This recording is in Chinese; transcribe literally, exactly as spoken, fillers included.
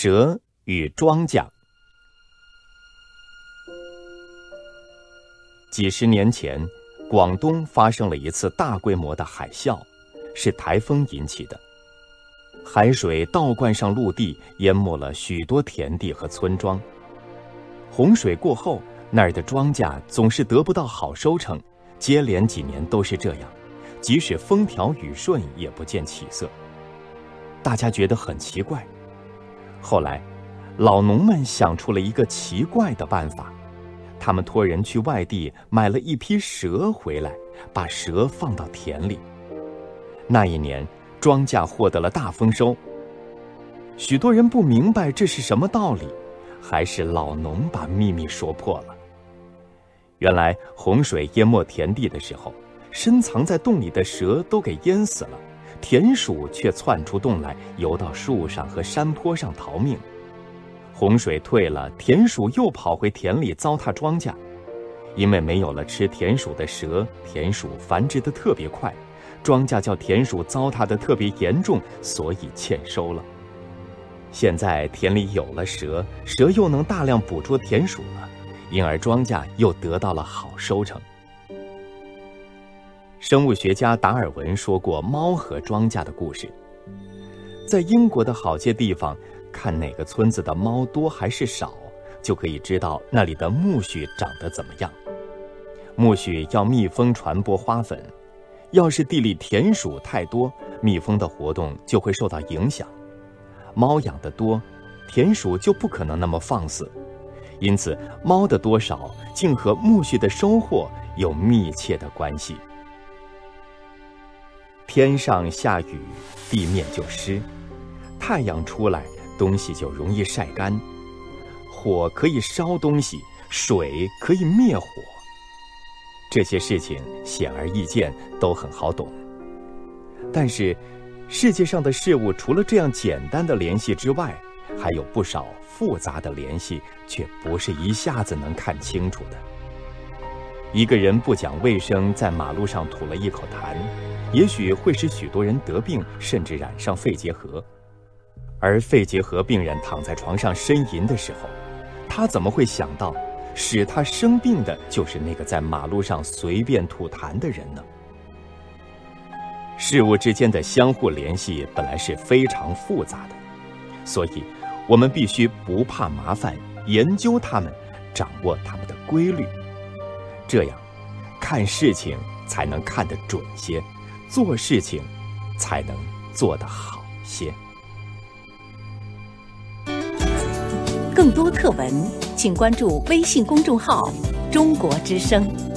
蛇与庄稼。几十年前，广东发生了一次大规模的海啸，是台风引起的。海水倒灌上陆地，淹没了许多田地和村庄。洪水过后，那儿的庄稼总是得不到好收成，接连几年都是这样，即使风调雨顺也不见起色。大家觉得很奇怪。后来，老农们想出了一个奇怪的办法，他们托人去外地买了一批蛇回来，把蛇放到田里。那一年，庄稼获得了大丰收。许多人不明白这是什么道理，还是老农把秘密说破了。原来洪水淹没田地的时候，深藏在洞里的蛇都给淹死了，田鼠却窜出洞来，游到树上和山坡上逃命。洪水退了，田鼠又跑回田里糟蹋庄稼。因为没有了吃田鼠的蛇，田鼠繁殖得特别快，庄稼叫田鼠糟蹋得特别严重，所以欠收了。现在田里有了蛇，蛇又能大量捕捉田鼠了，因而庄稼又得到了好收成。生物学家达尔文说过猫和庄稼的故事。在英国的好些地方，看哪个村子的猫多还是少，就可以知道那里的苜蓿长得怎么样。苜蓿要蜜蜂传播花粉，要是地里田鼠太多，蜜蜂的活动就会受到影响。猫养得多，田鼠就不可能那么放肆，因此猫的多少竟和苜蓿的收获有密切的关系。天上下雨，地面就湿，太阳出来，东西就容易晒干。火可以烧东西，水可以灭火。这些事情显而易见，都很好懂。但是世界上的事物除了这样简单的联系之外，还有不少复杂的联系，却不是一下子能看清楚的。一个人不讲卫生，在马路上吐了一口痰，也许会使许多人得病，甚至染上肺结核。而肺结核病人躺在床上呻吟的时候，他怎么会想到使他生病的就是那个在马路上随便吐痰的人呢？事物之间的相互联系本来是非常复杂的，所以我们必须不怕麻烦，研究它们，掌握它们的规律。这样，看事情才能看得准些，做事情才能做得好些。 更多课文，请关注微信公众号“中国之声”。